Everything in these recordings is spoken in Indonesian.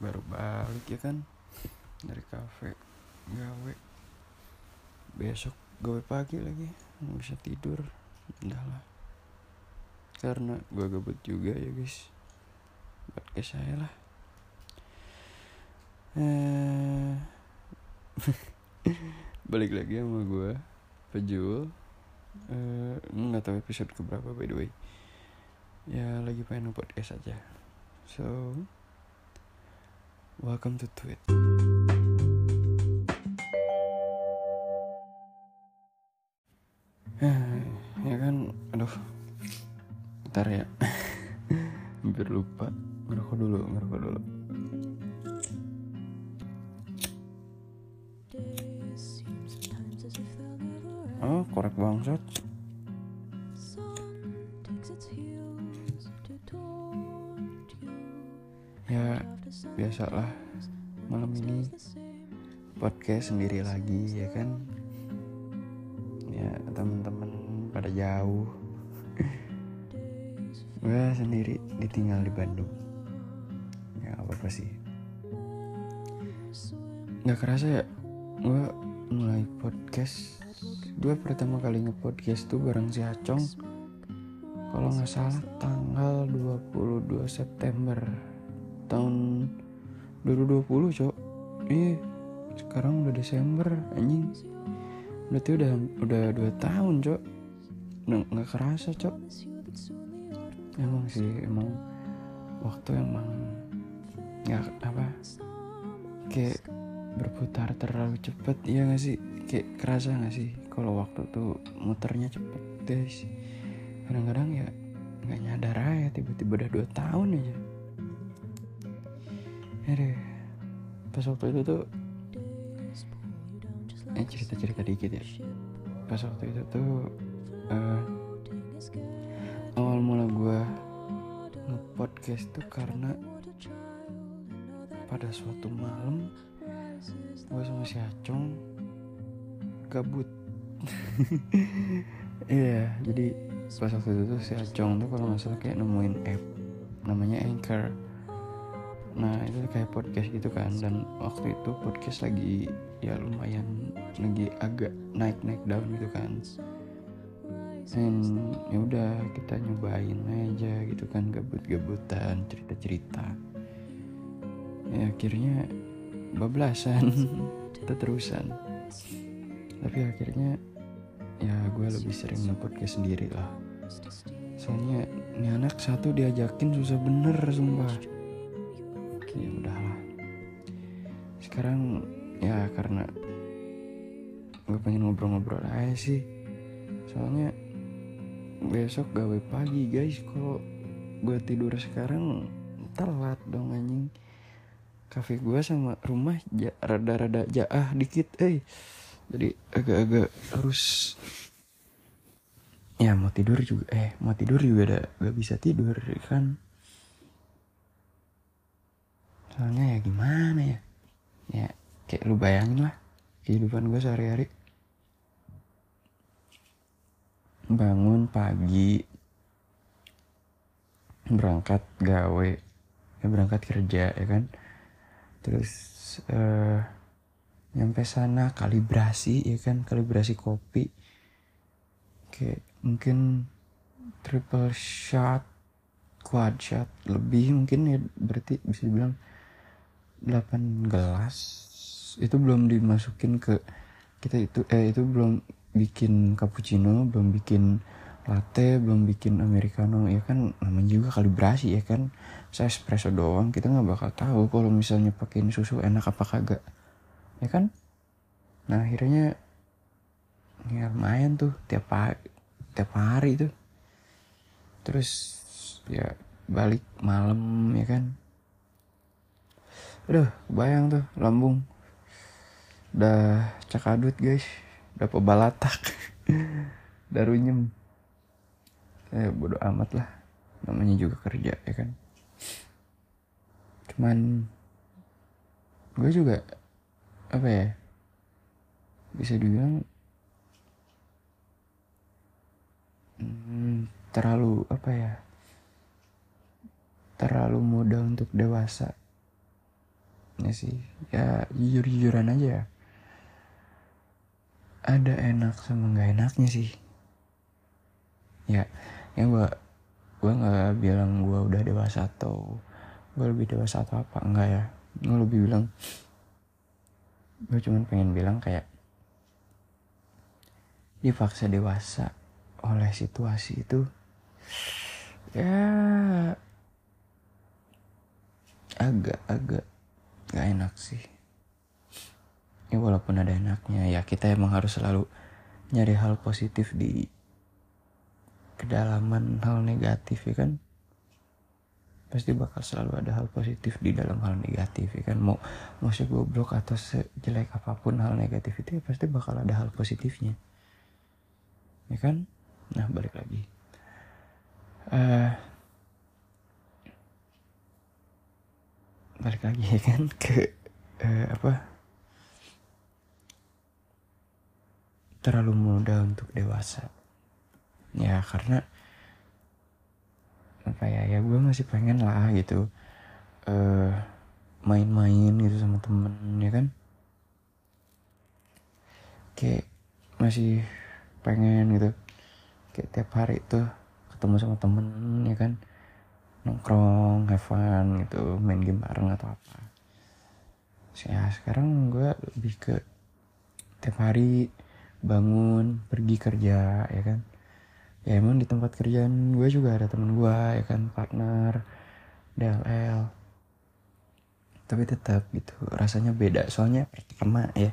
baru balik ya kan dari kafe gawe, besok gawe pagi lagi, nggak bisa tidur. Udahlah, karena gue gabut juga ya guys, podcast saya lah. Balik lagi sama gue Pejul. Nggak tahu episode keberapa by the way. Ya lagi pengen podcast aja. So welcome to Tweet. Ya kan, aduh, ntar ya. Hampir lupa. Ngerokok dulu. Oh, korek bangsat. Ya, biasalah, malam ini podcast sendiri lagi ya kan. Ya, teman-teman pada jauh. Gue sendiri ditinggal di Bandung. Ya apa-apa sih. Gak kerasa ya, gue mulai podcast. Gue pertama kali nge-podcast tuh bareng si Acong, kalau gak salah tanggal 22 September tahun 2020 cok. Sekarang udah Desember anjing. Berarti udah 2 tahun cok. Gak kerasa cok. Emang sih, emang waktu emang gak apa, kayak berputar terlalu cepet, iya gak sih? Kayak kerasa gak sih kalau waktu tuh muternya cepet guys. Kadang-kadang ya gak nyadar aja tiba-tiba udah 2 tahun aja. Aduh, pas waktu itu tuh cerita dikit ya. Pas waktu itu tuh awal mula gue nge-podcast tuh karena pada suatu malam gue sama si Acong gabut. Iya, jadi pas waktu itu tuh si Acong tuh kalau gak salah kayak nemuin app namanya Anchor. Nah itu kayak podcast gitu kan. Dan waktu itu podcast lagi ya lumayan, lagi agak naik daun gitu kan. Dan ya udah kita nyobain aja gitu kan, gabut-gabutan, cerita-cerita. Ya akhirnya bablasan, terusan. Tapi akhirnya ya gue lebih sering nge-podcast sendiri lah. Soalnya ini anak satu diajakin susah bener sumpah. Ya udahlah. Sekarang ya karena gue pengen ngobrol-ngobrol aja sih. Soalnya besok gawe pagi guys. Kalau gue tidur sekarang telat dong anjing. Kafe gue sama rumah rada-rada jaah dikit. Jadi agak-agak harus ya mau tidur juga gak bisa tidur kan. Soalnya ya gimana ya. Ya kayak lu bayangin lah kehidupan gue sehari-hari. Bangun pagi, berangkat gawe, berangkat kerja ya kan. Terus nyampe sana kalibrasi ya kan, kalibrasi kopi. Kayak mungkin triple shot, quad shot lebih mungkin ya, berarti bisa dibilang 8 gelas. Itu belum dimasukin ke kita itu belum bikin cappuccino, belum bikin latte, belum bikin americano ya kan. Namanya juga kalibrasi ya kan. Saya espresso doang, kita nggak bakal tahu kalau misalnya pakein susu enak apa kagak ya kan. Nah akhirnya ya lumayan tuh tiap hari tuh. Terus ya balik malam ya kan. Aduh bayang tuh lambung udah cakadut guys, udah pebalatak. Udah runyem. Bodo amat lah, namanya juga kerja ya kan. Cuman gue juga apa ya, bisa dibilang terlalu muda untuk dewasa. Ya sih, ya jujur-jujuran aja. Ada enak sama nggak enaknya sih. Ya, gue nggak bilang gue udah dewasa atau gue lebih dewasa atau apa, enggak ya. Gue lebih bilang, gue cuma pengen bilang kayak dipaksa dewasa oleh situasi itu ya agak gak enak sih. Ya walaupun ada enaknya, ya kita emang harus selalu nyari hal positif di kedalaman hal negatif, ya kan. Pasti bakal selalu ada hal positif di dalam hal negatif, ya kan. Mau segoblok atau sejelek apapun hal negatif itu, ya pasti bakal ada hal positifnya, ya kan. Nah, balik lagi, ya kan, ke terlalu muda untuk dewasa. Ya karena ya gue masih pengen lah gitu, main-main gitu sama temen, ya kan. Kayak masih pengen gitu, kayak tiap hari tuh ketemu sama temen, ya kan, nongkrong, have fun gitu, main game bareng atau apa. Ya sekarang gue lebih ke tiap hari bangun pergi kerja, ya kan. Ya emang di tempat kerjaan gue juga ada temen gue, ya kan, partner DLL, tapi tetap gitu rasanya beda. Soalnya pertama ya,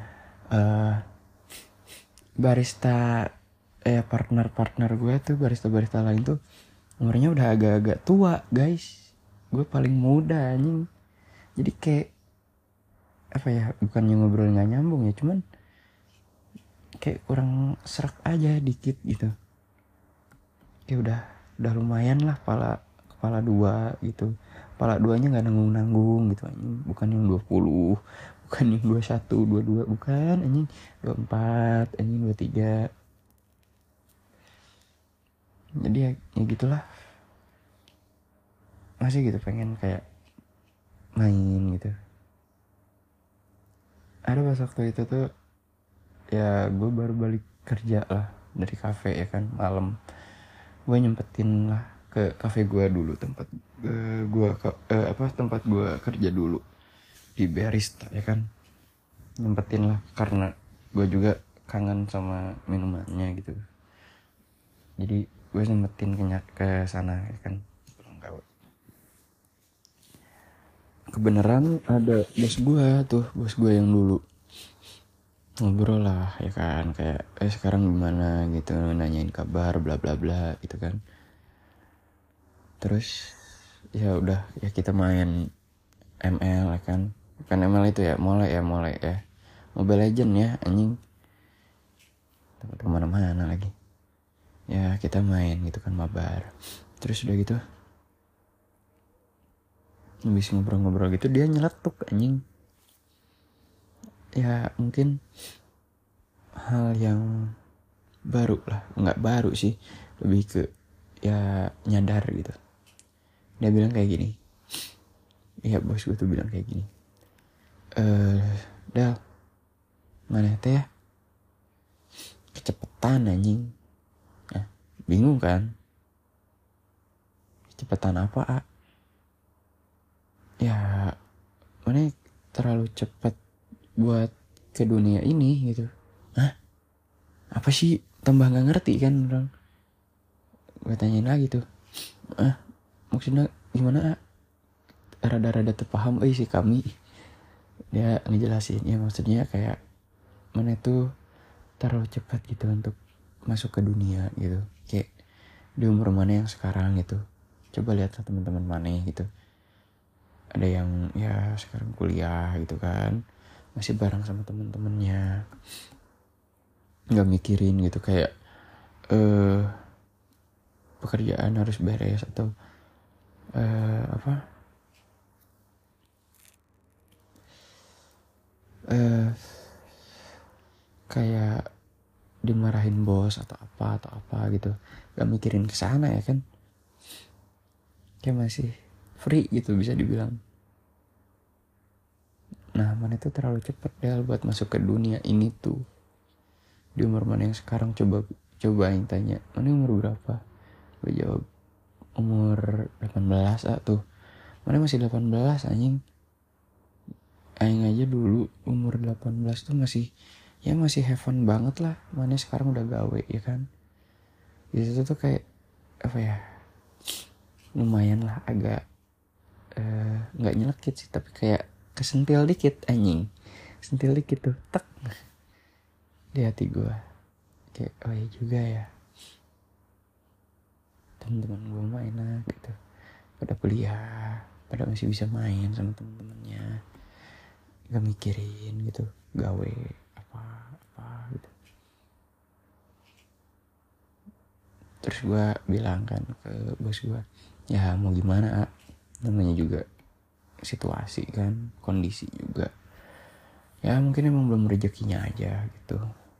barista partner gue tuh, barista lain tuh umurnya udah agak-agak tua guys. Gue paling muda anjing. Jadi kayak bukannya ngobrol nggak nyambung ya, cuman kayak kurang serak aja dikit gitu. Kayak udah lumayan lah, kepala dua gitu. Kepala duanya nggak nanggung gitu anjing. Bukan yang 20, bukan yang 21, 22, bukan anjing, 24, anjing 23. Jadi ya gitulah. Masih gitu pengen kayak main gitu. Ada pas waktu itu tuh ya gue baru balik kerja lah dari kafe, ya kan, malam. Gue nyempetin lah ke kafe gue dulu, tempat tempat gue kerja dulu di barista, ya kan. Nyempetin lah karena gue juga kangen sama minumannya gitu. Jadi gue nyempetin ke sana, ya kan. Kebenaran ada bos gue yang dulu. Ngobrol lah, ya kan, kayak sekarang gimana gitu, nanyain kabar bla bla bla gitu kan. Terus ya udah ya kita main ML, ya kan. Bukan ML itu ya, mulai ya Mobile Legend ya anjing, kemana-mana lagi. Ya kita main gitu kan, mabar. Terus udah gitu habis ngobrol-ngobrol gitu dia nyeletuk anjing. Ya mungkin hal yang baru lah, nggak baru sih, lebih ke ya nyadar gitu. Dia bilang kayak gini, ya bos gue tuh bilang kayak gini, Dal, mana teh ya kecepetan anjing. Nah, bingung kan, kecepetan apa ya, mana terlalu cepat buat ke dunia ini gitu. Apa sih, tambah nggak ngerti kan orang. Gue tanyain lagi tuh, maksudnya gimana rada-rada terpaham sih kami. Dia ngejelasin ya, maksudnya kayak mana tuh terlalu cepat gitu untuk masuk ke dunia gitu. Kayak di umur mana yang sekarang gitu, coba lihat teman-teman mana gitu, ada yang ya sekarang kuliah gitu kan, masih bareng sama teman-temannya, nggak mikirin gitu kayak pekerjaan harus beres atau kayak dimarahin bos atau apa gitu, nggak mikirin kesana, ya kan. Kayak masih free gitu bisa dibilang. Nah mana itu terlalu cepat Del buat masuk ke dunia ini tuh. Di umur mana yang sekarang, coba yang tanya, mana umur berapa? Gue jawab umur 18 tuh. Mana masih 18 anjing. Aing aja dulu umur 18 tuh masih have fun banget lah. Mana sekarang udah gawe ya kan. Di situ tuh kayak apa ya, lumayan lah agak nggak nyelekit sih, tapi kayak kesentil dikit anjing. Sentil dikit tuh tek di hati gue, kayak oh iya juga ya, teman-teman gue main lah gitu, pada kuliah, pada masih bisa main sama teman-temannya, gak mikirin gitu gawe apa gitu. Terus gue bilang kan ke bos gue, ya mau gimana, namanya juga situasi kan, kondisi juga, ya mungkin emang belum rezekinya aja gitu.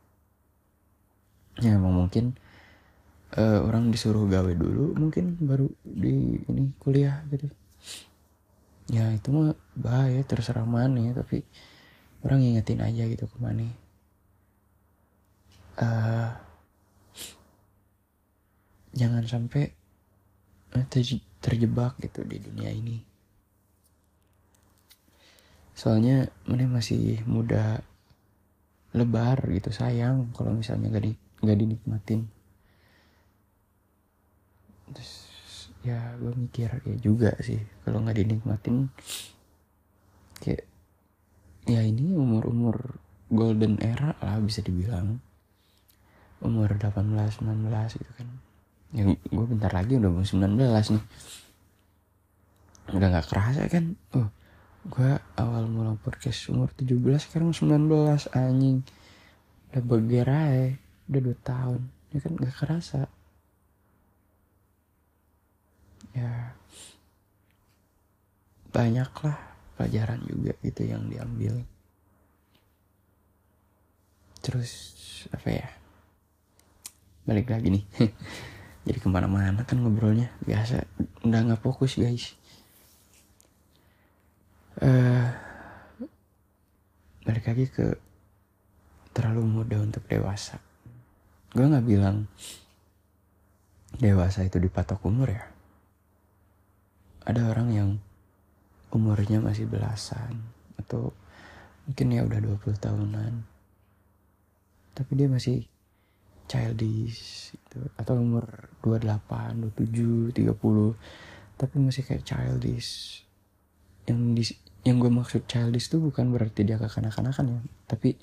Ya emang mungkin orang disuruh gawe dulu mungkin baru di ini kuliah gitu. Ya itu mah bahaya, terserah mana ya, tapi orang ngingetin aja gitu ke mana. Jangan sampai terjebak gitu di dunia ini. Soalnya mana masih muda, lebar gitu, sayang kalau misalnya gak dinikmatin. Terus ya gue mikir ya juga sih, kalau gak dinikmatin kayak ya ini umur golden era lah bisa dibilang, umur 18-19 gitu kan. Ya gue bentar lagi udah mau 19 nih, udah gak kerasa kan. Gue awal mula podcast umur 17, sekarang 19 anjing. Udah bergerai, udah 2 tahun. Ya kan gak kerasa. Ya banyak lah pelajaran juga gitu yang diambil. Terus apa ya, balik lagi nih. Jadi kemana-mana kan ngobrolnya, biasa udah gak fokus guys. Balik lagi ke terlalu muda untuk dewasa. Gue gak bilang dewasa itu dipatok umur ya. Ada orang yang umurnya masih belasan, atau mungkin ya udah 20 tahunan, tapi dia masih childish gitu. Atau umur 28, 27, 30, tapi masih kayak childish. Yang gue maksud childish tuh bukan berarti dia kekanak-kanakan ya, tapi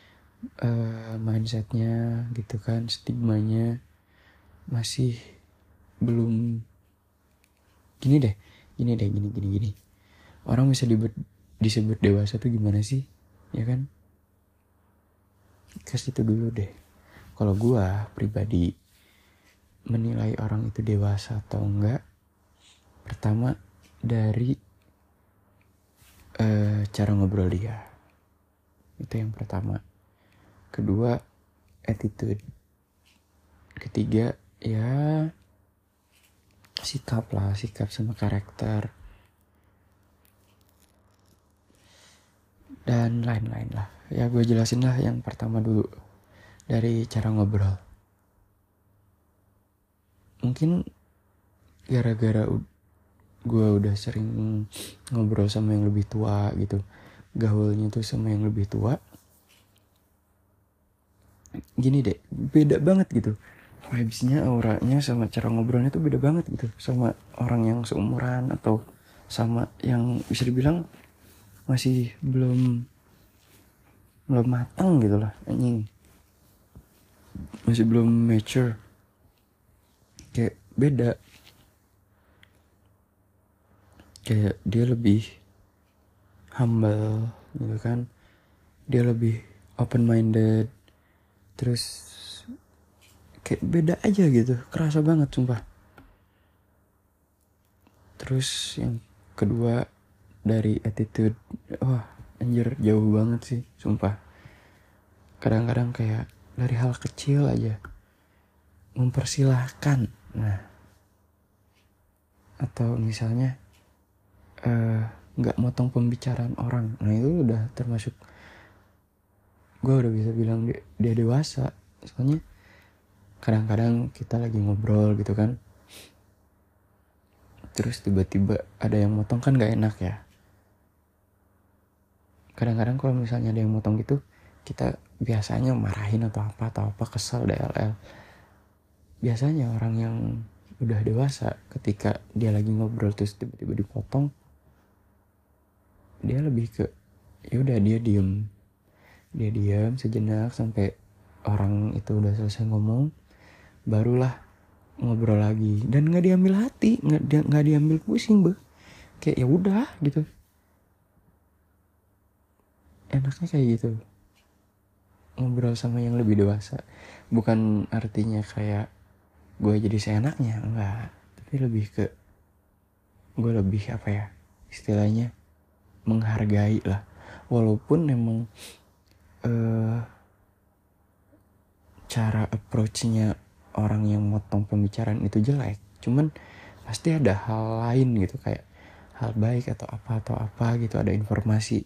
mindsetnya gitu kan, stigmanya masih belum gini. Orang bisa disebut dewasa tuh gimana sih, ya kan? Ke situ dulu deh. Kalau gue pribadi menilai orang itu dewasa atau enggak, pertama dari cara ngobrol dia, itu yang pertama. Kedua, attitude. Ketiga, ya sikap sama karakter, dan lain-lain lah. Ya gue jelasin lah yang pertama dulu, dari cara ngobrol. Mungkin gara-gara gue udah sering ngobrol sama yang lebih tua gitu, gaulnya tuh sama yang lebih tua, gini deh, beda banget gitu vibesnya, auranya sama cara ngobrolnya tuh beda banget gitu sama orang yang seumuran atau sama yang bisa dibilang masih belum matang gitu lah anjing, masih belum mature. Kayak beda, kayak dia lebih humble gitu kan, dia lebih open minded, terus kayak beda aja gitu, kerasa banget sumpah. Terus yang kedua dari attitude, wah anjir jauh banget sih sumpah. Kadang-kadang kayak dari hal kecil aja mempersilahkan, nah, atau misalnya nggak motong pembicaraan orang. Nah itu udah termasuk, gue udah bisa bilang dia dewasa. Soalnya kadang-kadang kita lagi ngobrol gitu kan, terus tiba-tiba ada yang motong, kan gak enak ya. Kadang-kadang kalau misalnya ada yang motong gitu, kita biasanya marahin atau apa kesal DLL. Biasanya orang yang udah dewasa, ketika dia lagi ngobrol terus tiba-tiba dipotong, dia lebih ke yaudah dia diam sejenak sampai orang itu udah selesai ngomong, barulah ngobrol lagi. Dan nggak diambil hati, nggak diambil pusing, kayak ya udah gitu. Enaknya kayak gitu, ngobrol sama yang lebih dewasa. Bukan artinya kayak gue jadi seenaknya, enggak, tapi lebih ke gue lebih apa ya istilahnya, menghargai lah. Walaupun memang cara approach-nya orang yang motong pembicaraan itu jelek, cuman pasti ada hal lain gitu, kayak hal baik atau apa gitu, ada informasi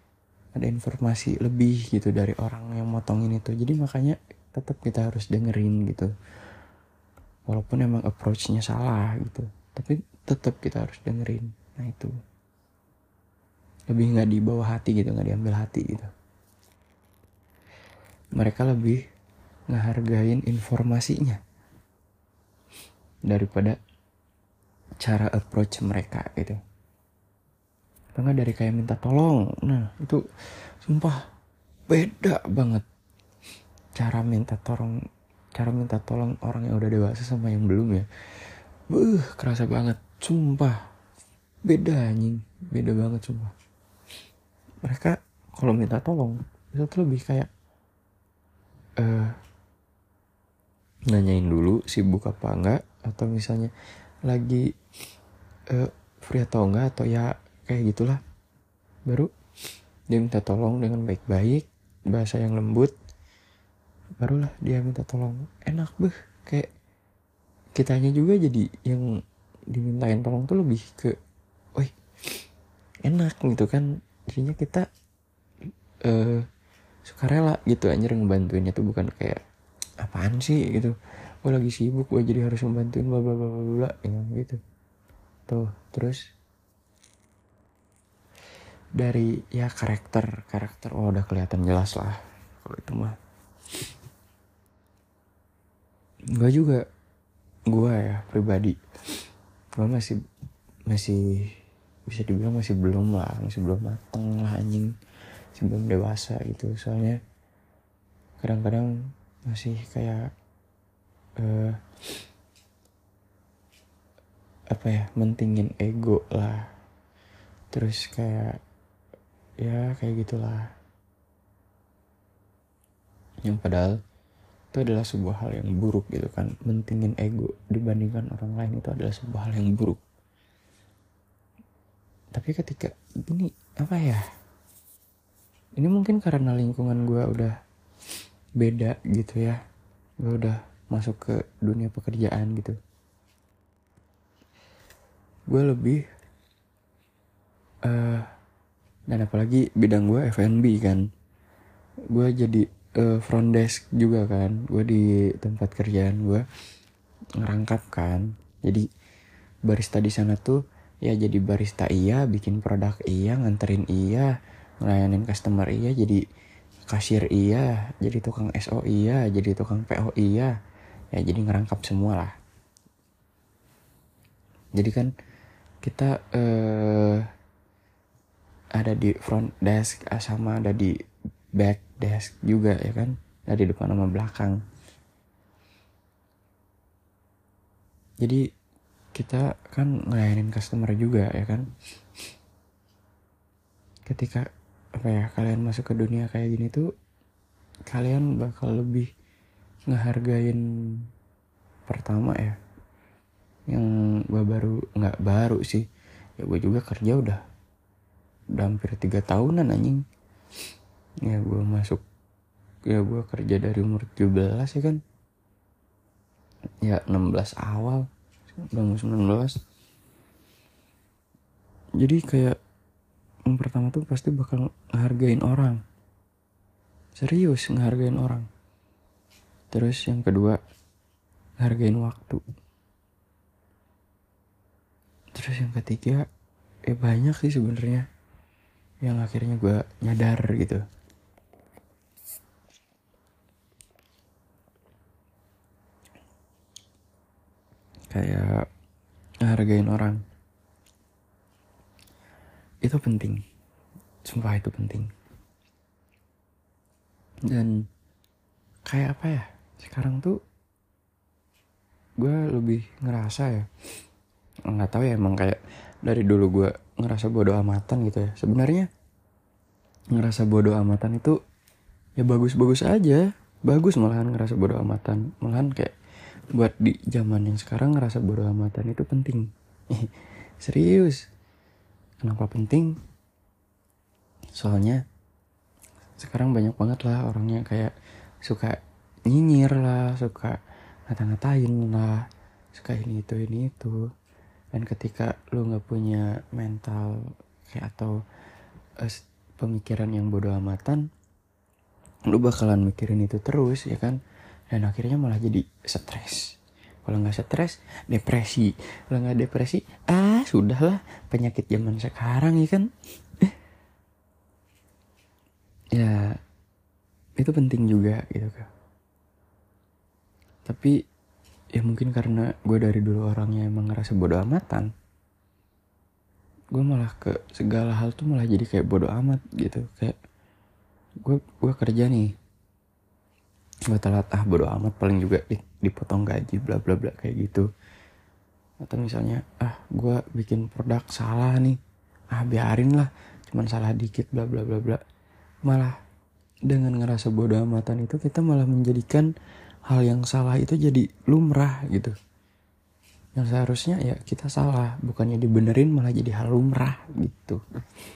lebih gitu dari orang yang motongin itu. Jadi makanya tetap kita harus dengerin gitu, walaupun emang approach-nya salah gitu, tapi tetap kita harus dengerin. Nah itu lebih nggak dibawa hati gitu, nggak diambil hati gitu. Mereka lebih ngehargain informasinya daripada cara approach mereka gitu. Enggak dari kayak minta tolong. Nah itu sumpah beda banget cara minta tolong orang yang udah dewasa sama yang belum ya. Kerasa banget sumpah. Beda anjing, beda banget sumpah. Mereka kalau minta tolong itu tuh lebih kayak nanyain dulu sibuk apa enggak, atau misalnya lagi free atau enggak, atau ya kayak gitulah. Baru dia minta tolong dengan baik-baik, bahasa yang lembut, barulah dia minta tolong. Enak kayak kitanya juga jadi yang dimintain tolong tuh lebih ke woi enak gitu kan. Jadinya kita sukarela gitu anjir ngebantuinnya tuh, bukan kayak apaan sih gitu, gue lagi sibuk gue jadi harus membantuin bla bla bla bla ya gitu tuh. Terus dari ya karakter udah kelihatan jelas lah kalau itu mah. Gue ya pribadi, gue masih bisa dibilang masih belum mateng lah anjing, masih belum dewasa gitu. Soalnya kadang-kadang masih kayak mentingin ego lah, terus kayak ya kayak gitulah, yang padahal itu adalah sebuah hal yang buruk gitu kan. Mentingin ego dibandingkan orang lain itu adalah sebuah hal yang buruk. Tapi ketika ini ini mungkin karena lingkungan gue udah beda gitu ya, gue udah masuk ke dunia pekerjaan gitu, gue lebih dan apalagi bidang gue F&B kan, gue jadi front desk juga kan, gue di tempat kerjaan gue ngerangkap kan. Jadi barista di sana tuh ya jadi barista iya, bikin produk iya, nganterin iya, ngelayanin customer iya, jadi kasir iya, jadi tukang SO iya, jadi tukang PO iya, ya jadi ngerangkap semua lah. Jadi kan kita ada di front desk sama ada di back desk juga ya kan, dari depan sama belakang. Jadi kita kan ngelayanin customer juga ya kan. Ketika kalian masuk ke dunia kayak gini tuh, kalian bakal lebih ngehargain pertama ya, yang gue nggak baru sih ya, gue juga kerja udah hampir 3 tahunan anjing ya. Gue kerja dari umur 17 ya kan, ya 16 awal udah mau 19. Jadi kayak yang pertama tuh pasti bakal ngehargain orang, serius ngehargain orang. Terus yang kedua, ngehargain waktu. Terus yang ketiga, banyak sih sebenarnya yang akhirnya gue nyadar gitu. Kayak ngehargain orang itu penting, sumpah itu penting. Dan kayak apa ya, sekarang tuh gue lebih ngerasa ya, nggak tahu ya, emang kayak dari dulu gue ngerasa bodoh amatan gitu ya. Sebenarnya ngerasa bodoh amatan itu ya bagus-bagus aja, bagus malahan ngerasa bodoh amatan. Malahan kayak buat di zaman yang sekarang ngerasa bodoh amatan itu penting. Serius. Kenapa penting? Soalnya sekarang banyak banget lah orangnya kayak suka nyinyir lah, suka ngata-ngatain lah, suka ini itu. Dan ketika lu nggak punya mental kayak atau pemikiran yang bodoh amatan, lu bakalan mikirin itu terus ya kan. Dan akhirnya malah jadi stres. Kalau nggak stres, depresi. Kalau nggak depresi, sudahlah, penyakit zaman sekarang ya kan. Ya itu penting juga gitu kan. Tapi ya mungkin karena gue dari dulu orangnya emang ngerasa bodoh amatan, gue malah ke segala hal tuh malah jadi kayak bodoh amat gitu. Kayak gue kerja nih, gue telat, bodoh amat, paling juga dipotong gaji bla bla bla kayak gitu. Atau misalnya gue bikin produk salah nih, biarin lah, cuman salah dikit bla bla bla bla. Malah dengan ngerasa bodoh amatan itu kita malah menjadikan hal yang salah itu jadi lumrah gitu. Yang seharusnya ya kita salah, bukannya dibenerin malah jadi hal lumrah gitu.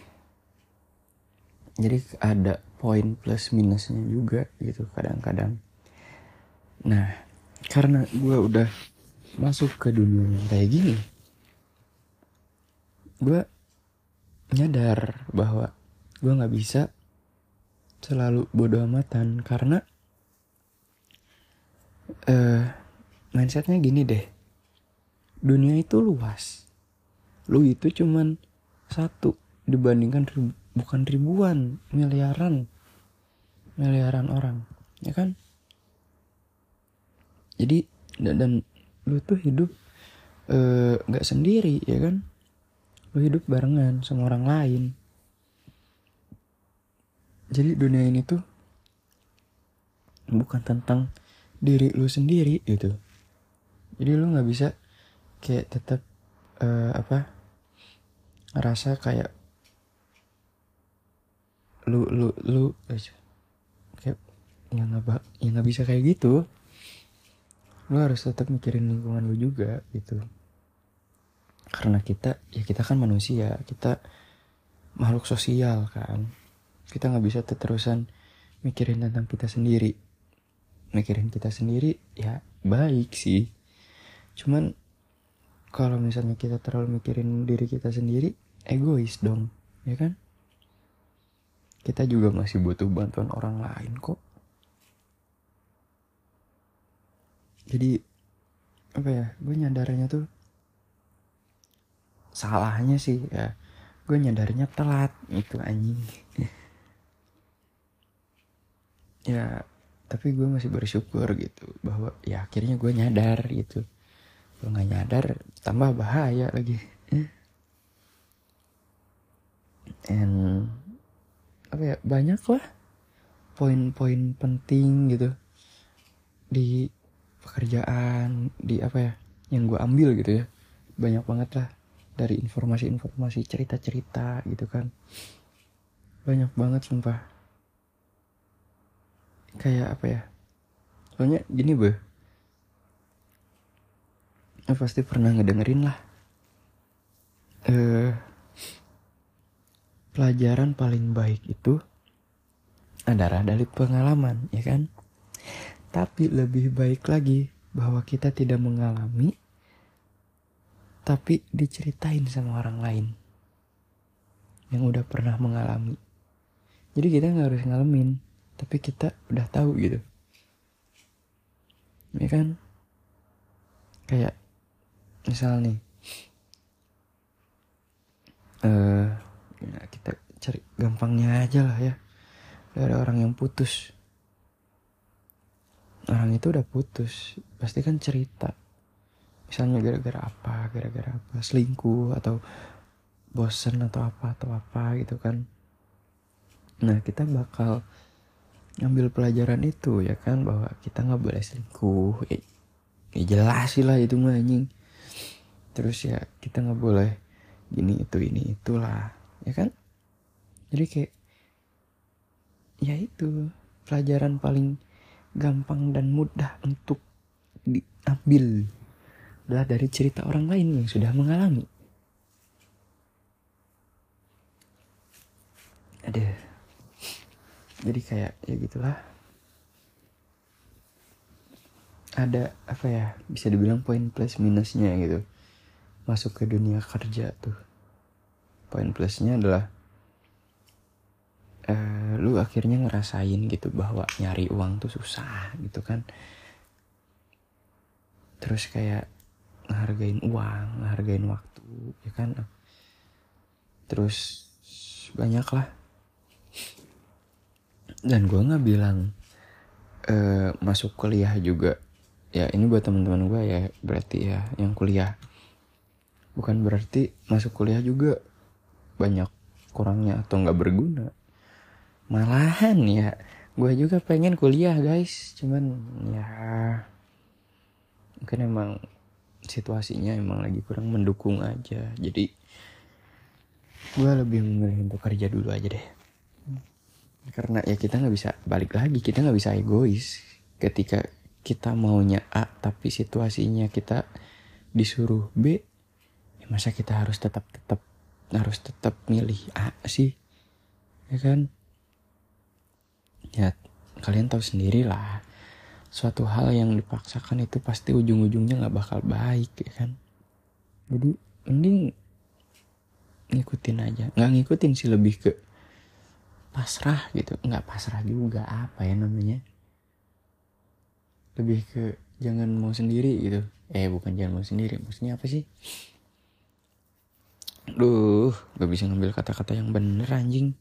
Jadi ada poin plus minusnya juga gitu kadang-kadang. Nah, karena gue udah masuk ke dunia yang kayak gini, gue nyadar bahwa gue gak bisa selalu bodoh amatan. Karena mindsetnya gini deh, dunia itu luas, lu itu cuman satu dibandingkan bukan ribuan, miliaran orang ya kan. Jadi dan lu tuh hidup gak sendiri ya kan, lu hidup barengan sama orang lain. Jadi dunia ini tuh bukan tentang diri lu sendiri gitu. Jadi lu gak bisa kayak tetap ngerasa kayak lu kayak yang nggak bisa kayak gitu. Lu harus tetap mikirin lingkungan lu juga gitu. Karena kita kan manusia, kita makhluk sosial kan. Kita nggak bisa terusan mikirin tentang kita sendiri. Mikirin kita sendiri ya baik sih, cuman kalau misalnya kita terlalu mikirin diri kita sendiri, egois dong ya kan. Kita juga masih butuh bantuan orang lain kok. Jadi gue nyadarnya tuh, salahnya sih ya gue nyadarnya telat itu anjing. Ya tapi gue masih bersyukur gitu bahwa ya akhirnya gue nyadar gitu. Kalau nggak nyadar tambah bahaya lagi. And banyak lah poin-poin penting gitu di pekerjaan, di yang gue ambil gitu ya. Banyak banget lah, dari informasi-informasi, cerita-cerita gitu kan. Banyak banget sumpah. Kayak soalnya gini pasti pernah ngedengerin lah pelajaran paling baik itu adalah dari pengalaman ya kan. Tapi lebih baik lagi bahwa kita tidak mengalami tapi diceritain sama orang lain. yang udah pernah mengalami. Jadi kita nggak harus ngalamin, tapi kita udah tahu gitu. Ya kan? Kayak misal nih, ya kita cari gampangnya aja lah ya. Ada orang yang putus. Orang itu udah putus, pasti kan cerita. Misalnya gara-gara apa, selingkuh atau bosen atau apa gitu kan. Nah kita bakal ngambil pelajaran itu ya kan, bahwa kita nggak boleh selingkuh. Ya jelas sih lah itu mah anjing. Terus ya kita nggak boleh ini itulah ya kan. Jadi kayak ya itu pelajaran paling gampang dan mudah untuk diambil adalah dari cerita orang lain yang sudah mengalami. Jadi kayak ya gitulah. Ada apa ya, bisa dibilang poin plus minusnya gitu masuk ke dunia kerja tuh. Poin plusnya adalah lu akhirnya ngerasain gitu bahwa nyari uang tuh susah gitu kan. Terus kayak ngehargain uang, ngehargain waktu ya kan. Terus banyak lah. Dan gue gak bilang masuk kuliah juga. Ya ini buat teman-teman gue ya, berarti ya yang kuliah. Bukan berarti masuk kuliah juga banyak kurangnya atau gak berguna. Malahan ya, gue juga pengen kuliah guys. Cuman ya mungkin emang situasinya emang lagi kurang mendukung aja. Jadi gue lebih memilih untuk kerja dulu aja deh. Karena ya kita gak bisa balik lagi, kita gak bisa egois. Ketika kita maunya A tapi situasinya kita disuruh B, ya masa kita harus tetap milih A sih, ya kan? Ya kalian tahu sendiri lah, suatu hal yang dipaksakan itu pasti ujung-ujungnya gak bakal baik ya kan. Jadi mending ngikutin aja. Gak ngikutin sih, lebih ke pasrah gitu. Gak pasrah juga, apa ya namanya, lebih ke jangan mau sendiri gitu. Bukan jangan mau sendiri, maksudnya apa sih? Gak bisa ngambil kata-kata yang bener anjing.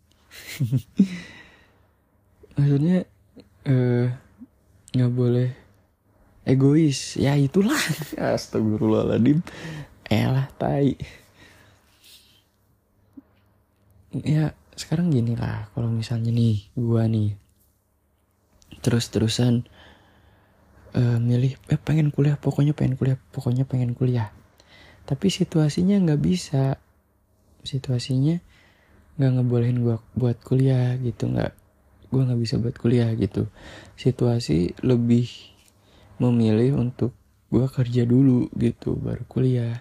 Maksudnya gak boleh egois. Ya itulah. Astagfirullahaladzim. Tai. Ya sekarang gini lah, kalau misalnya nih gua nih terus-terusan milih pengen kuliah, pokoknya pengen kuliah. Tapi situasinya gak bisa. Situasinya gak ngebolehin gue buat kuliah gitu. Gue gak bisa buat kuliah gitu. Situasi lebih memilih untuk gue kerja dulu gitu baru kuliah.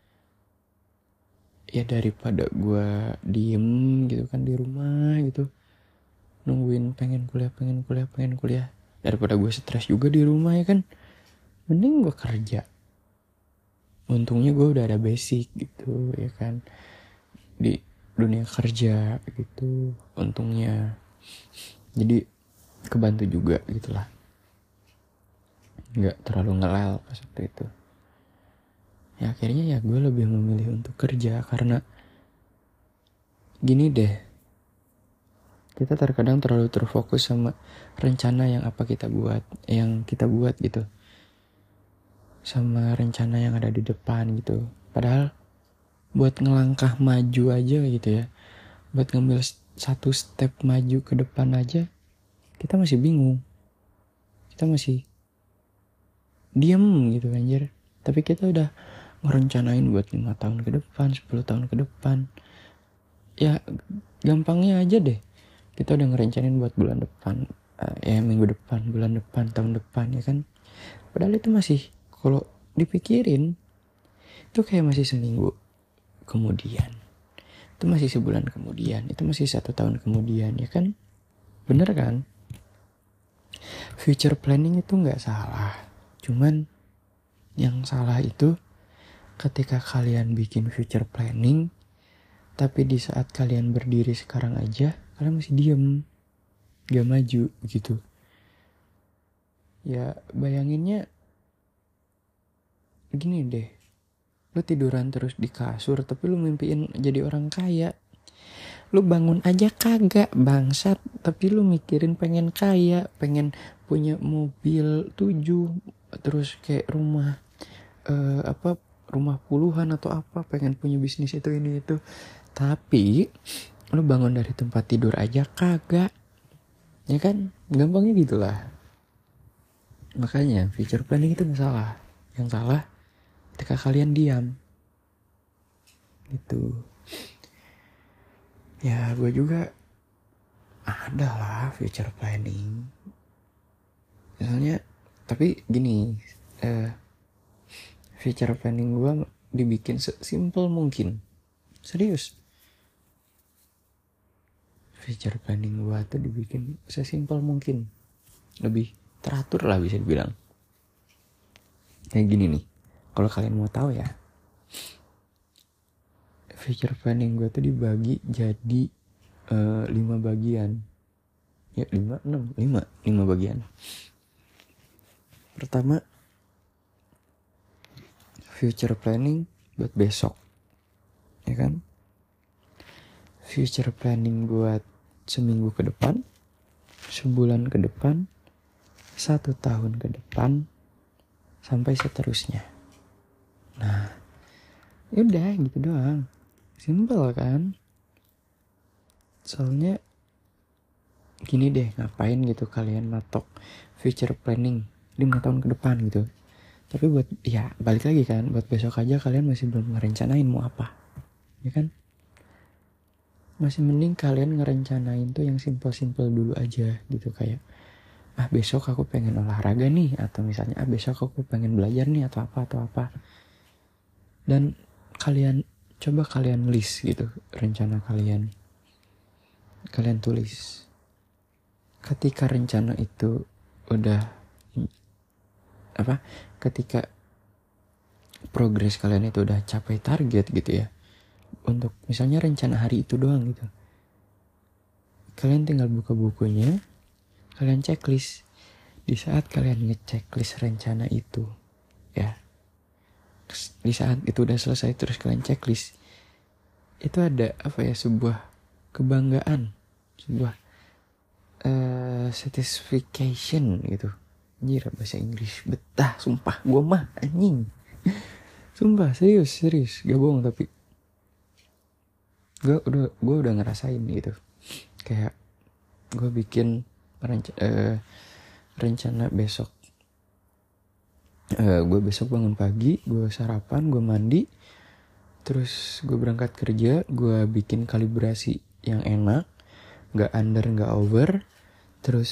Ya daripada gue diem gitu kan di rumah gitu, nungguin pengen kuliah. Daripada gue stres juga di rumah ya kan, mending gue kerja. Untungnya gue udah ada basic gitu ya kan di dunia kerja gitu, untungnya. Jadi kebantu juga gitulah, nggak terlalu ngelal pas waktu itu. Ya akhirnya ya gue lebih memilih untuk kerja. Karena gini deh, kita terkadang terlalu terfokus sama rencana yang kita buat gitu, sama rencana yang ada di depan gitu. Padahal buat ngelangkah maju aja gitu ya, buat ngambil satu step maju ke depan aja, kita masih bingung, kita masih diem gitu anjir. Tapi kita udah ngerencanain buat 5 tahun ke depan, 10 tahun ke depan. Ya gampangnya aja deh, kita udah ngerencanain buat bulan depan, minggu depan, bulan depan, tahun depan ya kan. Padahal itu masih, kalau dipikirin itu kayak masih seminggu kemudian, itu masih sebulan kemudian, itu masih 1 tahun kemudian ya kan. Bener kan? Future planning itu gak salah. Cuman yang salah itu ketika kalian bikin future planning Tapi di saat kalian berdiri sekarang aja, kalian masih diem, gak maju gitu. Ya bayanginnya gini deh, lu tiduran terus di kasur tapi lu mimpiin jadi orang kaya. Lu bangun aja kagak bangsat, tapi lu mikirin pengen kaya, pengen punya mobil 7, terus kayak rumah rumah puluhan atau apa, pengen punya bisnis itu ini itu. Tapi lu bangun dari tempat tidur aja kagak. Ya kan? Gampangnya gitulah. Makanya future planning itu gak salah. Yang salah ketika kalian diam. Gitu. Ya gue juga ada lah future planning. Misalnya, tapi gini, future planning gue dibikin sesimpel mungkin. Serius. Future planning gue tuh dibikin sesimpel mungkin. Lebih teratur lah bisa dibilang. Kayak gini nih. Kalau kalian mau tahu ya. Future planning gue tuh dibagi jadi 5 bagian. Ya 5 bagian. Pertama, future planning buat besok. Ya kan? Future planning buat seminggu ke depan, sebulan ke depan, 1 tahun ke depan, sampai seterusnya. Nah, yaudah gitu doang. Simple kan? Soalnya gini deh, ngapain gitu kalian matok future planning 5 tahun ke depan gitu. Tapi buat, ya balik lagi kan, buat besok aja kalian masih belum ngerencanain mau apa. Ya kan? Masih mending kalian ngerencanain tuh yang simple-simple dulu aja gitu. Kayak besok aku pengen olahraga nih, atau misalnya besok aku pengen belajar nih atau apa. Dan coba kalian list gitu rencana kalian tulis. Ketika rencana itu udah ketika progres kalian itu udah capai target gitu ya, untuk misalnya rencana hari itu doang gitu, kalian tinggal buka bukunya, kalian checklist. Di saat kalian ngechecklist rencana itu ya, di saat itu udah selesai terus kalian checklist, itu ada sebuah kebanggaan, sebuah satisfaction gitu. Anjir, bahasa Inggris betah sumpah gue mah anjing. Sumpah serius gak bohong, tapi gue udah ngerasain gitu. Kayak gue bikin rencana besok. Gue besok bangun pagi, gue sarapan, gue mandi, terus gue berangkat kerja. Gue bikin kalibrasi yang enak, gak under gak over, terus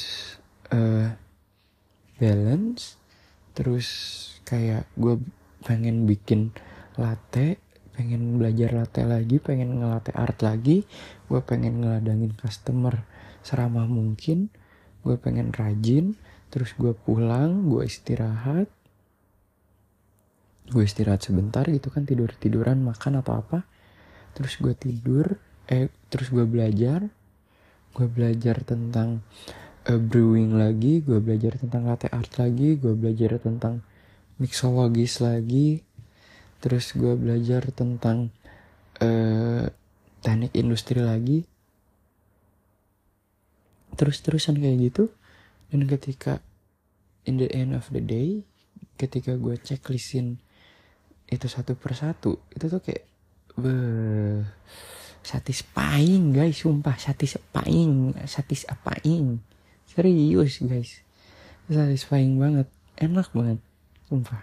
balance. Terus kayak gue pengen bikin latte, pengen belajar latte lagi, pengen ngelatte art lagi, gue pengen ngeladangin customer seramah mungkin, gue pengen rajin. Terus gue pulang, gue istirahat sebentar gitu kan, tiduran, makan atau apa. Terus gue tidur, terus gue belajar tentang brewing lagi, gue belajar tentang latte art lagi, gue belajar tentang mixologis lagi, terus gue belajar tentang teknik industri lagi, terus-terusan kayak gitu. Dan ketika in the end of the day, ketika gue checklistin itu satu persatu, itu tuh kayak satisfying guys, sumpah satisfying. Serius guys, satisfying banget, enak banget, sumpah.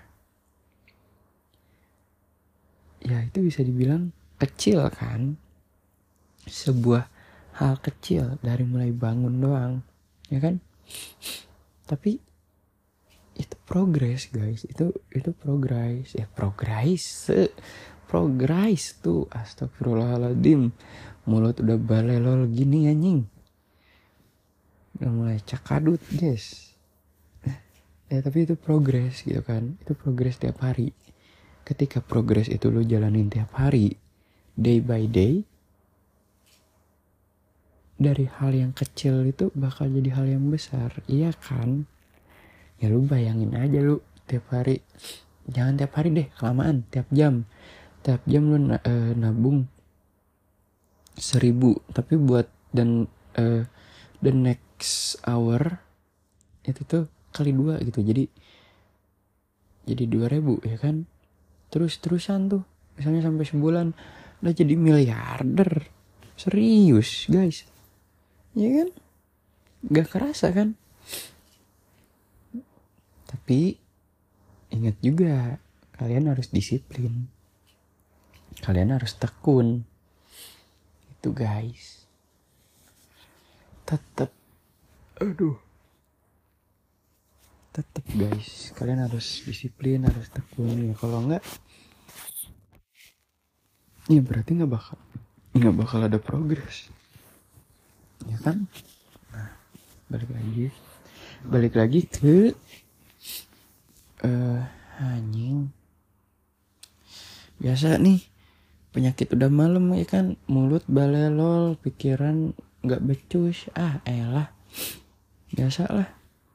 Ya itu bisa dibilang kecil kan, sebuah hal kecil dari mulai bangun doang, ya kan? Tapi itu progress guys, itu progress tuh. Astagfirullahaladzim, mulut udah balelol gini anjing, udah mulai cakadut guys. Ya tapi itu progress gitu kan, itu progress tiap hari. Ketika progress itu lo jalanin tiap hari, day by day, dari hal yang kecil itu bakal jadi hal yang besar, iya kan? Ya lu bayangin aja, lu tiap hari, jangan tiap hari deh, kelamaan, tiap jam lu nabung 1.000, tapi buat dan the next hour itu tuh kali 2 gitu, jadi 2.000 ya kan, terusan tuh misalnya sampai sebulan udah jadi miliarder. Serius guys, ya kan, gak kerasa kan? Tapi ingat juga, kalian harus disiplin, kalian harus tekun itu guys. Tetap guys, kalian harus disiplin, harus tekun ya. Kalau enggak, ya berarti nggak bakal ada progres, ya kan? Nah, balik lagi ke anjing. Biasa nih, penyakit udah malam ya kan, mulut balelol, pikiran nggak becus, elah, biasa lah.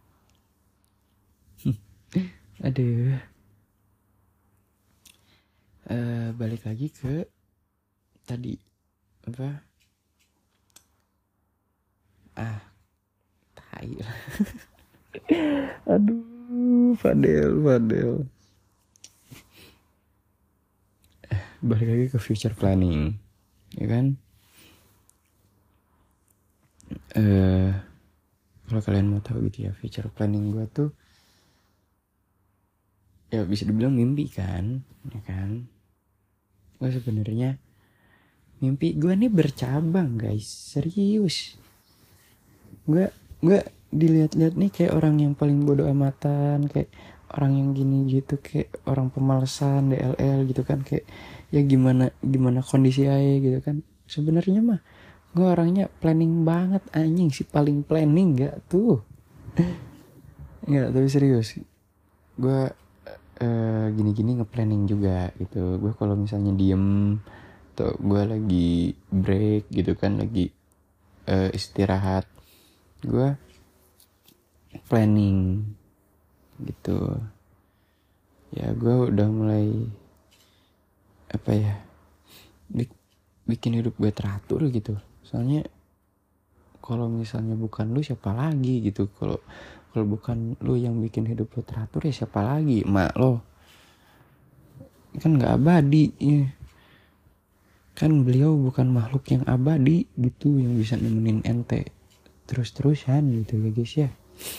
Aduh. Balik lagi ke tadi apa? Tai lah. Aduh, Fadel. Balik lagi ke future planning, ya kan? Kalau kalian mau tahu gitu ya, future planning gue tuh ya bisa dibilang mimpi kan, ya kan? Gue sebenarnya mimpi gue nih bercabang guys, serius. Gue dilihat-lihat nih kayak orang yang paling bodoh amatan, kayak orang yang gini gitu, kayak orang pemalesan, DLL gitu kan, kayak ya gimana kondisi aja gitu kan. Sebenarnya mah gue orangnya planning banget, anjing, si paling planning gak tuh. Nggak, tapi serius, gue gini-gini nge-planning juga gitu. Gue kalau misalnya diem tuh, gue lagi break gitu kan, lagi istirahat, gue planning gitu ya. Gue udah mulai apa ya, bikin hidup gue teratur gitu. Soalnya kalau misalnya bukan lu siapa lagi gitu, kalau bukan lu yang bikin hidup lu teratur ya siapa lagi? Mak lo kan nggak abadi ya. Kan beliau bukan makhluk yang abadi gitu, yang bisa nemenin ente terus-terusan gitu ya guys ya.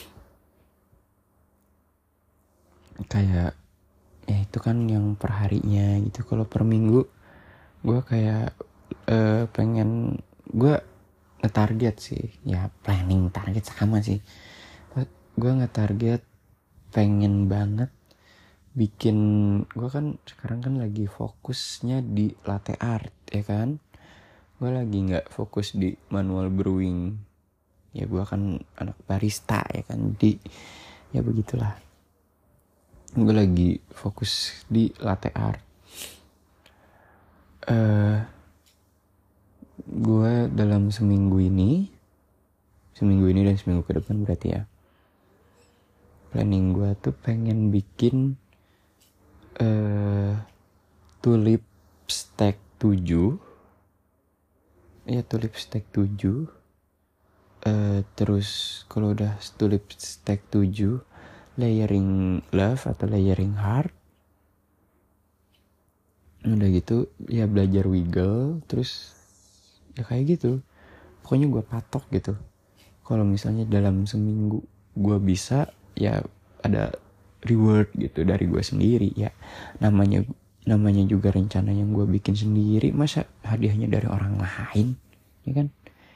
Kayak ya itu kan yang perharinya gitu. Kalau per minggu gue kayak pengen, gue nge-target sih ya, planning target sama sih. Gue nge-target pengen banget bikin, gue kan sekarang kan lagi fokusnya di latte art ya kan. Gue lagi nggak fokus di manual brewing ya, gue kan anak barista ya kan, di ya begitulah. Gue lagi fokus di latte art. Gue dalam seminggu ini dan seminggu ke depan berarti ya, planning gue tuh pengen bikin tulip stack 7 ya, tulip stack 7. Terus kalau udah tulip stack 7, layering love atau layering heart. Udah gitu ya belajar wiggle, terus ya kayak gitu. Pokoknya gue patok gitu. Kalau misalnya dalam seminggu gue bisa, ya ada reward gitu dari gue sendiri ya. Namanya juga rencana yang gue bikin sendiri, masa hadiahnya dari orang lain, ya kan?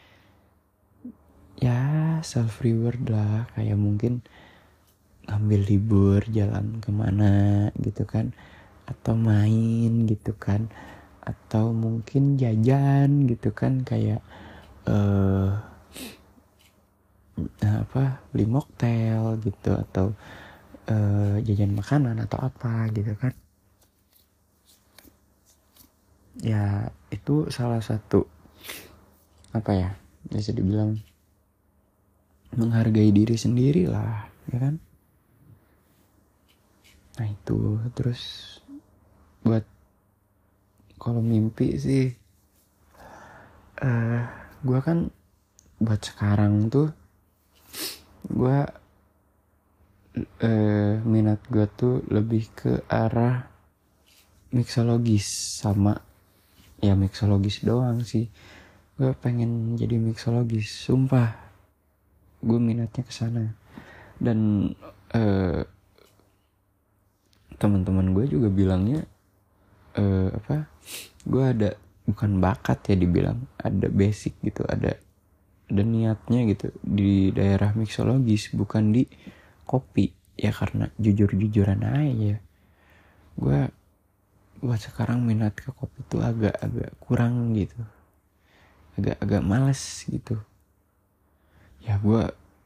Ya self reward lah, kayak mungkin ngambil libur jalan kemana gitu kan, atau main gitu kan, atau mungkin jajan gitu kan, kayak beli mocktail gitu, atau jajan makanan atau apa gitu kan. Ya itu salah satu bisa dibilang menghargai diri sendiri lah, ya kan. Nah itu terus buat kalau mimpi sih gue kan buat sekarang tuh gue minat gue tuh lebih ke arah mixologis, sama ya mixologis doang sih. Gue pengen jadi mixologis, sumpah gue minatnya ke sana. Dan teman-teman gue juga bilangnya gue ada bukan bakat ya, dibilang ada basic gitu, ada niatnya gitu di daerah mixologis, bukan di kopi ya. Karena jujur-jujuran aja gue buat sekarang minat ke kopi tuh agak kurang gitu, agak males gitu ya. Gue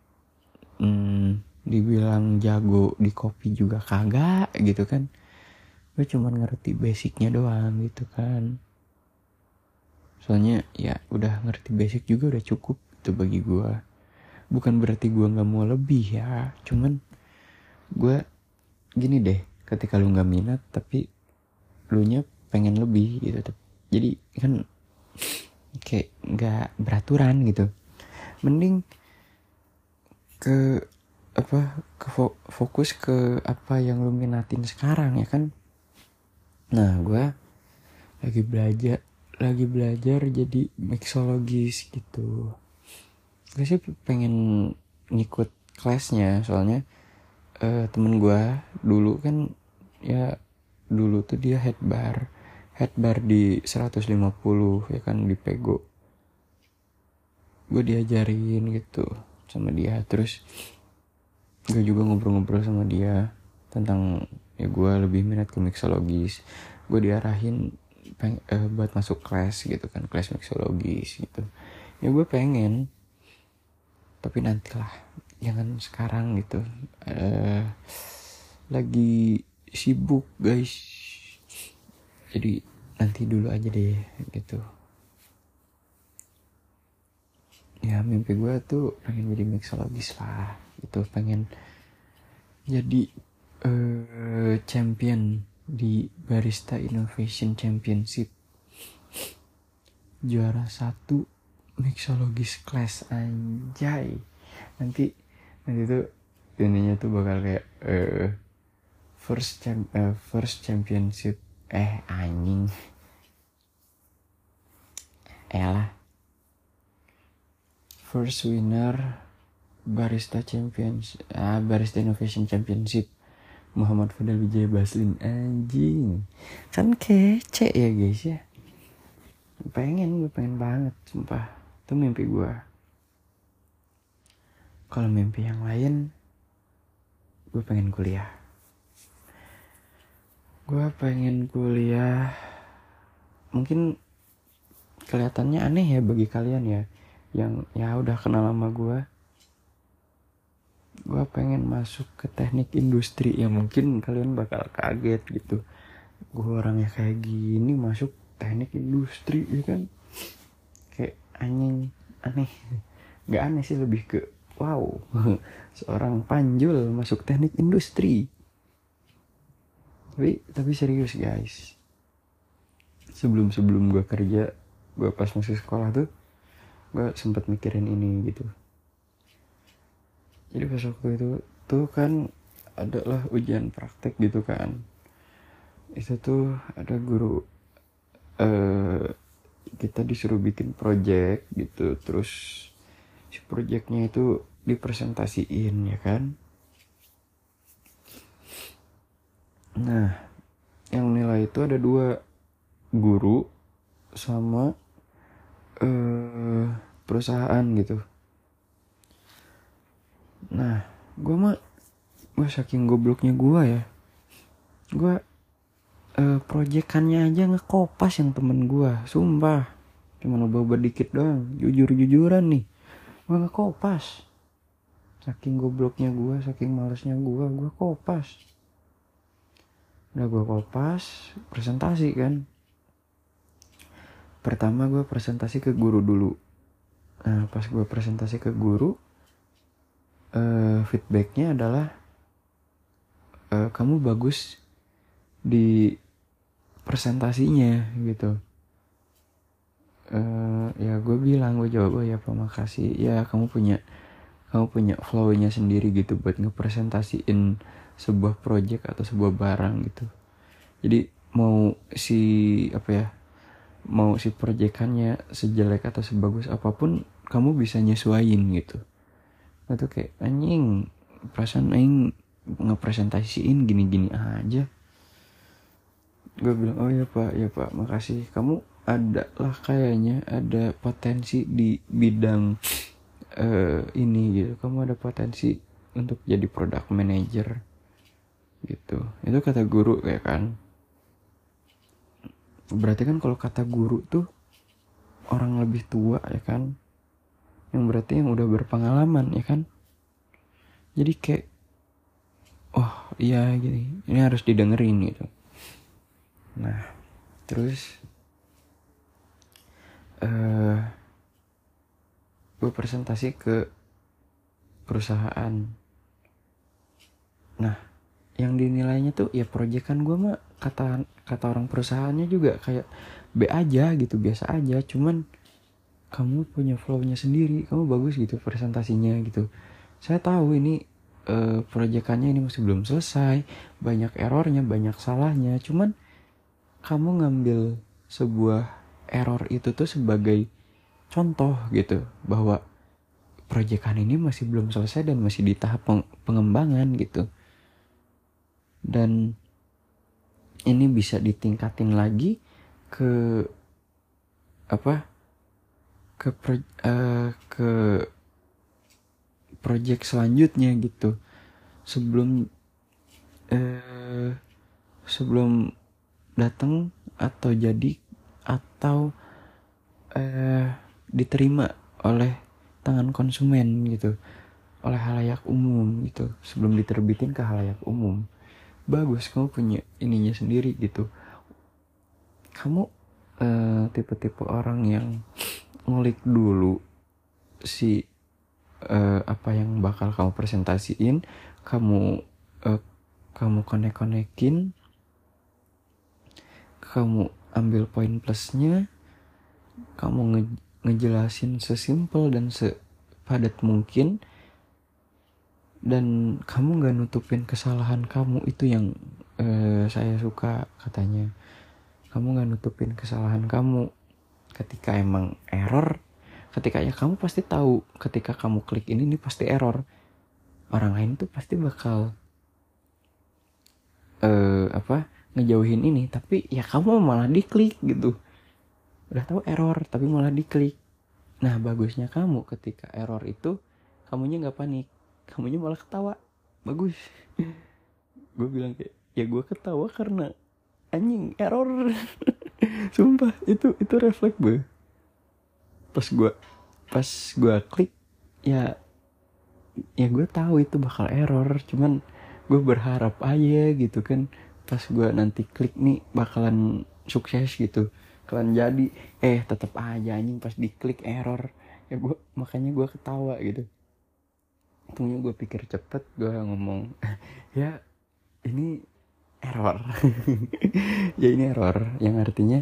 dibilang jago di kopi juga kagak gitu kan. Gue cuma ngerti basicnya doang gitu kan. Soalnya ya udah ngerti basic juga udah cukup itu bagi gue. Bukan berarti gue gak mau lebih ya, cuman gue gini deh, ketika lu gak minat tapi lu nya pengen lebih gitu, jadi kan kayak gak beraturan gitu. Mending fokus ke apa yang lu minatin sekarang ya kan. Nah gue lagi belajar jadi mixologis gitu. Gue sih pengen ngikut kelasnya, soalnya temen gue dulu kan ya, dulu tuh dia head bar di 150 ya kan, di Pego. Gue diajarin gitu sama dia, terus gue juga ngobrol-ngobrol sama dia tentang ya gue lebih minat ke mixologis. Gue diarahin buat masuk kelas gitu kan, kelas mixologis gitu. Ya gue pengen, tapi nantilah, jangan sekarang gitu. Lagi sibuk guys, jadi nanti dulu aja deh gitu. Ya mimpi gue tuh pengen jadi mixologis lah gitu, pengen jadi champion di Barista Innovation Championship, juara 1 mixologis class, anjay. Nanti tuh ininya tuh bakal kayak first championship anjing elah first winner Barista Innovation Championship Muhammad Fadel Wijaya Baslin, anjing kan kece ya guys ya. Gue pengen banget sumpah, itu mimpi gue. Kalau mimpi yang lain, gue pengen kuliah. Mungkin kelihatannya aneh ya bagi kalian ya, yang ya udah kenal sama gue pengen masuk ke teknik industri. Ya mungkin kalian bakal kaget gitu, gue orangnya kayak gini masuk teknik industri ya kan, kayak aneh. Gak aneh sih, lebih ke wow, seorang panjul masuk teknik industri. Tapi serius guys, sebelum gue kerja, gue pas masih sekolah tuh gue sempat mikirin ini gitu. Jadi pas waktu itu tuh kan adalah ujian praktek gitu kan. Itu tuh ada guru kita disuruh bikin project gitu, terus si projectnya itu dipresentasiin ya kan. Nah yang nilai itu ada 2, guru sama perusahaan gitu. Nah gue saking gobloknya gue ya, gue proyekannya aja ngekopas yang temen gue, sumpah cuma ngebaba dikit doang, jujuran nih gue ngekopas. Saking gobloknya gue, saking malesnya gue kopas. Udah gue kopas, presentasi kan. Pertama gue presentasi ke guru dulu, Nah pas gue presentasi ke guru, feedbacknya adalah kamu bagus di presentasinya gitu. Ya gue bilang, gue jawab, oh ya Pak makasih ya, kamu punya flow-nya sendiri gitu buat ngepresentasiin sebuah project atau sebuah barang gitu. Jadi mau si proyekannya sejelek atau sebagus apapun, kamu bisa nyesuaiin gitu. Nah tuh kayak anjing, perasaan aing ngepresentasiin gini-gini aja. Gue bilang, oh ya pak makasih, kamu kayaknya ada potensi di bidang ini gitu, kamu ada potensi untuk jadi product manager gitu. Itu kata guru ya kan. Berarti kan kalau kata guru tuh orang lebih tua ya kan, yang berarti yang udah berpengalaman ya kan. Jadi kayak oh iya gini, ini harus didengerin gitu. Nah terus gue presentasi ke perusahaan. Nah yang dinilainya tuh ya proyekan gue mah kata orang perusahaannya juga kayak B aja gitu, biasa aja, cuman kamu punya flow-nya sendiri, kamu bagus gitu presentasinya gitu. Saya tahu ini proyekannya ini masih belum selesai, banyak errornya, banyak salahnya, cuman kamu ngambil sebuah error itu tuh sebagai contoh gitu, bahwa proyekan ini masih belum selesai dan masih di tahap pengembangan gitu. Dan ini bisa ditingkatin lagi ke ke project selanjutnya gitu. Sebelum datang atau jadi atau diterima oleh tangan konsumen gitu, oleh halayak umum gitu, sebelum diterbitin ke halayak umum. Bagus kamu punya ininya sendiri gitu. Kamu tipe-tipe orang yang ngulik dulu si apa yang bakal kamu presentasiin, kamu konek-konekin, kamu ambil poin plusnya, kamu ngejelasin sesimpel dan sepadat mungkin, dan kamu gak nutupin kesalahan kamu. Itu yang saya suka katanya. Kamu gak nutupin kesalahan kamu. Ketika emang error, ketika ya kamu pasti tahu ketika kamu klik ini pasti error. Orang lain tuh pasti bakal ngejauhin ini, tapi ya kamu malah diklik gitu. Udah tahu error tapi malah diklik. Nah bagusnya kamu ketika error itu, kamunya gak panik, kamunya malah ketawa. Bagus. Gue bilang kayak, ya gue ketawa karena anjing error. Sumpah itu refleks gue. Pas gue klik, ya gue tahu itu bakal error, cuman gue berharap aja gitu kan, pas gue nanti klik nih bakalan sukses gitu, bakalan jadi. Tetap aja anjing pas diklik error. Ya gue makanya gue ketawa gitu. Untungnya gue pikir cepet, gue ngomong ya ini error. Ya ini error, yang artinya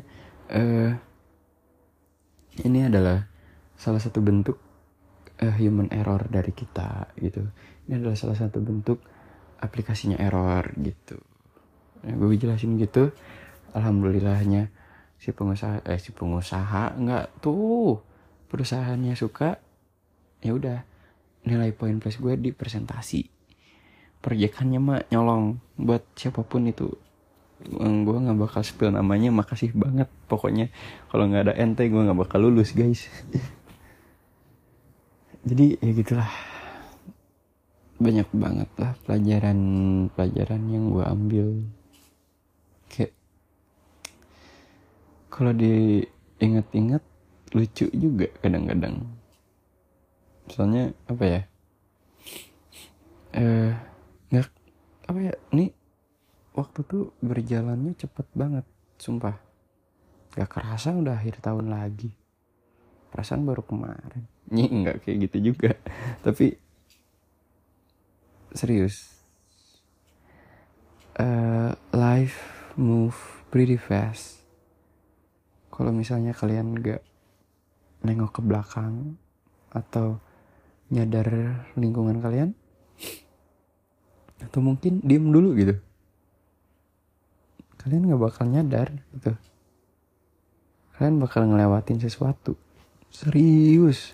ini adalah salah satu bentuk human error dari kita gitu. Ini adalah salah satu bentuk aplikasinya error gitu. Nah, gue jelasin gitu. Alhamdulillahnya si pengusaha enggak tuh, perusahaannya suka. Ya udah, nilai poin plus gue di presentasi. Proyekannya mah nyolong buat siapapun itu. Gue nggak bakal spill namanya, makasih banget pokoknya. Kalau nggak ada ente gue nggak bakal lulus guys. Jadi ya gitulah, banyak banget lah pelajaran yang gue ambil. Kayak kalau diingat-ingat lucu juga kadang-kadang. Soalnya apa ya, nggak apa ya, nih waktu tuh berjalannya cepet banget, sumpah. Gak kerasa udah akhir tahun lagi. Perasaan baru kemarin. Nggak kayak gitu juga. Tapi serius, life move pretty fast. Kalau misalnya kalian nggak nengok ke belakang atau nyadar lingkungan kalian, atau mungkin diem dulu gitu, kalian nggak bakal nyadar gitu. Kalian bakal ngelewatin sesuatu. Serius.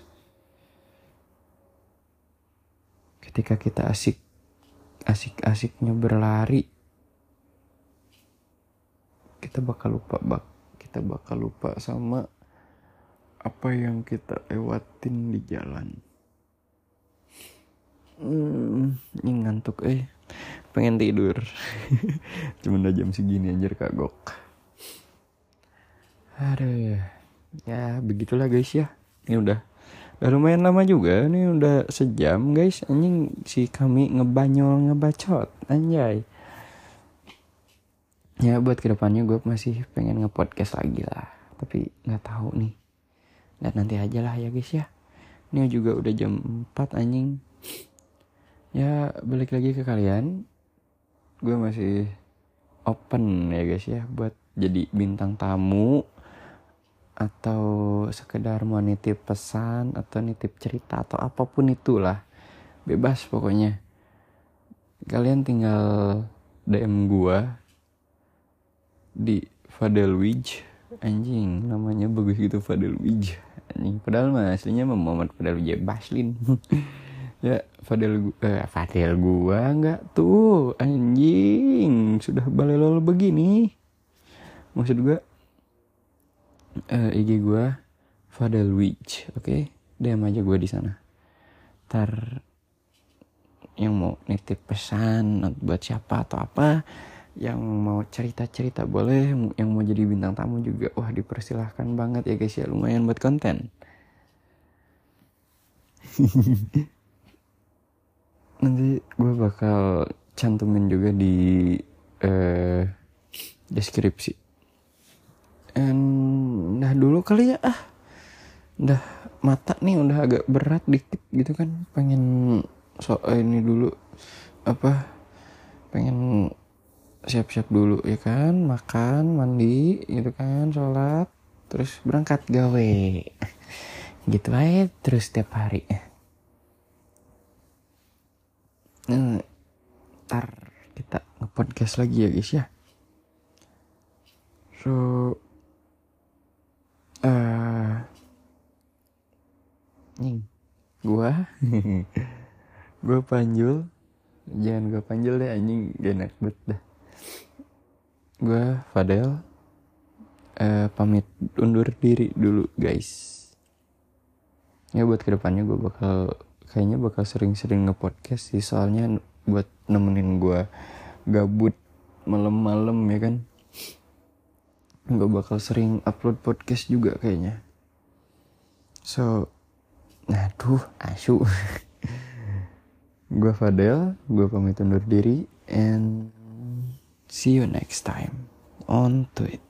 Ketika kita asik-asiknya berlari, kita bakal lupa sama apa yang kita lewatin di jalan. Ini ngantuk pengen tidur. Cuma udah jam segini anjir kagok. Aduh ya begitulah guys ya. Ini udah lumayan lama juga. Ini udah sejam guys. Anjing si kami ngebacot anjay. Ya buat kedepannya gue masih pengen nge-podcast lagi lah. Tapi gak tahu nih. Dan nanti aja lah ya guys ya. Ini juga udah jam 4 anjing. Ya balik lagi ke kalian. Gue masih open ya guys ya. Buat jadi bintang tamu. Atau sekedar mau nitip pesan. Atau nitip cerita. Atau apapun itulah. Bebas pokoknya. Kalian tinggal DM gue di Fadel Wij. Anjing namanya bagus gitu, Fadel Wij. Anjing padahal mah aslinya Muhammad Fadel Wij Baslin. Ya Fadel gua enggak tuh anjing, sudah balelol begini. Maksud gua IG gua Fadel Wij, oke? DM aja gua di sana. Ntar yang mau nitip pesan buat siapa atau apa, yang mau cerita-cerita boleh, yang mau jadi bintang tamu juga, wah dipersilahkan banget ya guys ya, lumayan buat konten. Nanti gue bakal cantumin juga di deskripsi. Dah dulu kali ya, udah mata nih udah agak berat dikit gitu kan, pengen ini dulu pengen siap-siap dulu ya kan, makan, mandi gitu kan, sholat, terus berangkat gawe gitu aja terus setiap hari. Ntar kita nge-podcast lagi ya guys ya. So gue panjul, jangan gue panjul deh anjing, gak enak banget dah. Gue Fadel pamit undur diri dulu guys. Ya buat kedepannya gue kayaknya bakal sering-sering nge-podcast sih, soalnya buat nemenin gue gabut malam-malam ya kan. Gue bakal sering upload podcast juga kayaknya. So asu. Gue Fadel, gue pamit undur diri, and see you next time on Tweet.